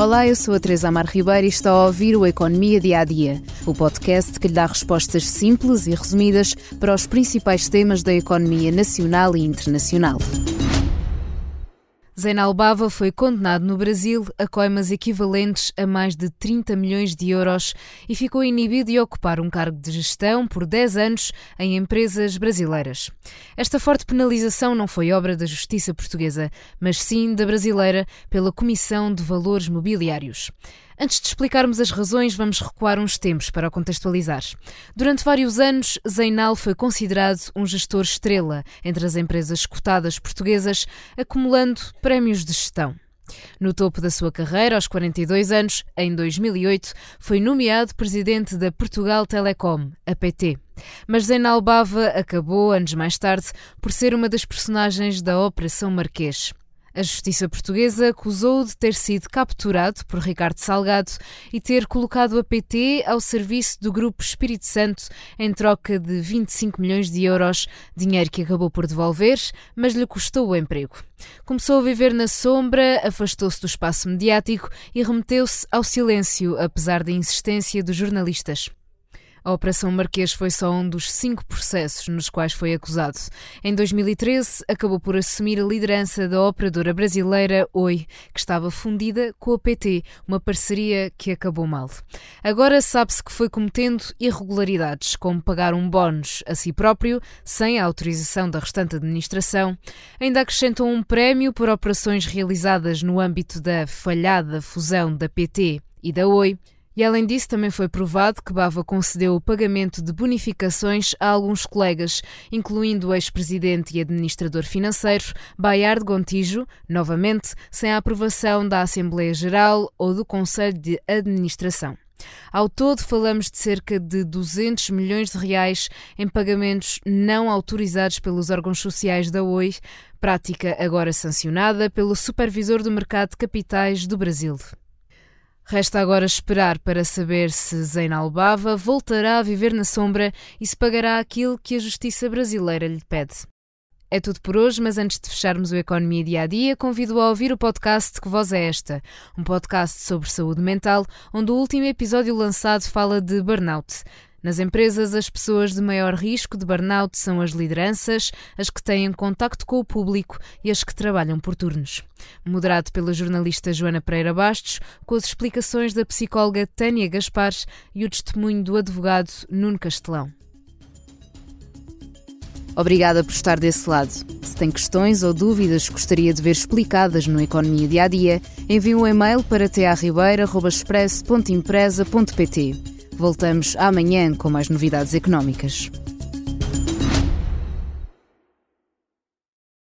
Olá, eu sou a Teresa Amar Ribeiro e está a ouvir o Economia Dia a Dia, o podcast que lhe dá respostas simples e resumidas para os principais temas da economia nacional e internacional. Zainal Bava foi condenado no Brasil a coimas equivalentes a mais de 30 milhões de euros e ficou inibido de ocupar um cargo de gestão por 10 anos em empresas brasileiras. Esta forte penalização não foi obra da justiça portuguesa, mas sim da brasileira pela Comissão de Valores Mobiliários. Antes de explicarmos as razões, vamos recuar uns tempos para o contextualizar. Durante vários anos, Zainal foi considerado um gestor estrela entre as empresas cotadas portuguesas, acumulando prémios de gestão. No topo da sua carreira, aos 42 anos, em 2008, foi nomeado presidente da Portugal Telecom, a PT. Mas Zainal Bava acabou, anos mais tarde, por ser uma das personagens da Operação Marquês. A justiça portuguesa acusou-o de ter sido capturado por Ricardo Salgado e ter colocado a PT ao serviço do Grupo Espírito Santo em troca de 25 milhões de euros, dinheiro que acabou por devolver, mas lhe custou o emprego. Começou a viver na sombra, afastou-se do espaço mediático e remeteu-se ao silêncio, apesar da insistência dos jornalistas. A Operação Marquês foi só um dos 5 processos nos quais foi acusado. Em 2013, acabou por assumir a liderança da operadora brasileira Oi, que estava fundida com a PT, uma parceria que acabou mal. Agora sabe-se que foi cometendo irregularidades, como pagar um bónus a si próprio, sem a autorização da restante administração. Ainda acrescentou um prémio por operações realizadas no âmbito da falhada fusão da PT e da Oi. E além disso, também foi provado que Bava concedeu o pagamento de bonificações a alguns colegas, incluindo o ex-presidente e administrador financeiro Bayard Gontijo, novamente sem a aprovação da Assembleia Geral ou do Conselho de Administração. Ao todo, falamos de cerca de 200 milhões de reais em pagamentos não autorizados pelos órgãos sociais da Oi, prática agora sancionada pelo Supervisor do Mercado de Capitais do Brasil. Resta agora esperar para saber se Zainal Bava voltará a viver na sombra e se pagará aquilo que a justiça brasileira lhe pede. É tudo por hoje, mas antes de fecharmos o Economia Dia a Dia, convido a ouvir o podcast Que Voz é Esta? Um podcast sobre saúde mental, onde o último episódio lançado fala de burnout. Nas empresas, as pessoas de maior risco de burnout são as lideranças, as que têm contacto com o público e as que trabalham por turnos. Moderado pela jornalista Joana Pereira Bastos, com as explicações da psicóloga Tânia Gaspar e o testemunho do advogado Nuno Castelão. Obrigada por estar desse lado. Se tem questões ou dúvidas que gostaria de ver explicadas no Economia Dia a Dia, envie um e-mail para tearibeira@expresso.empresa.pt. Voltamos amanhã com mais novidades económicas.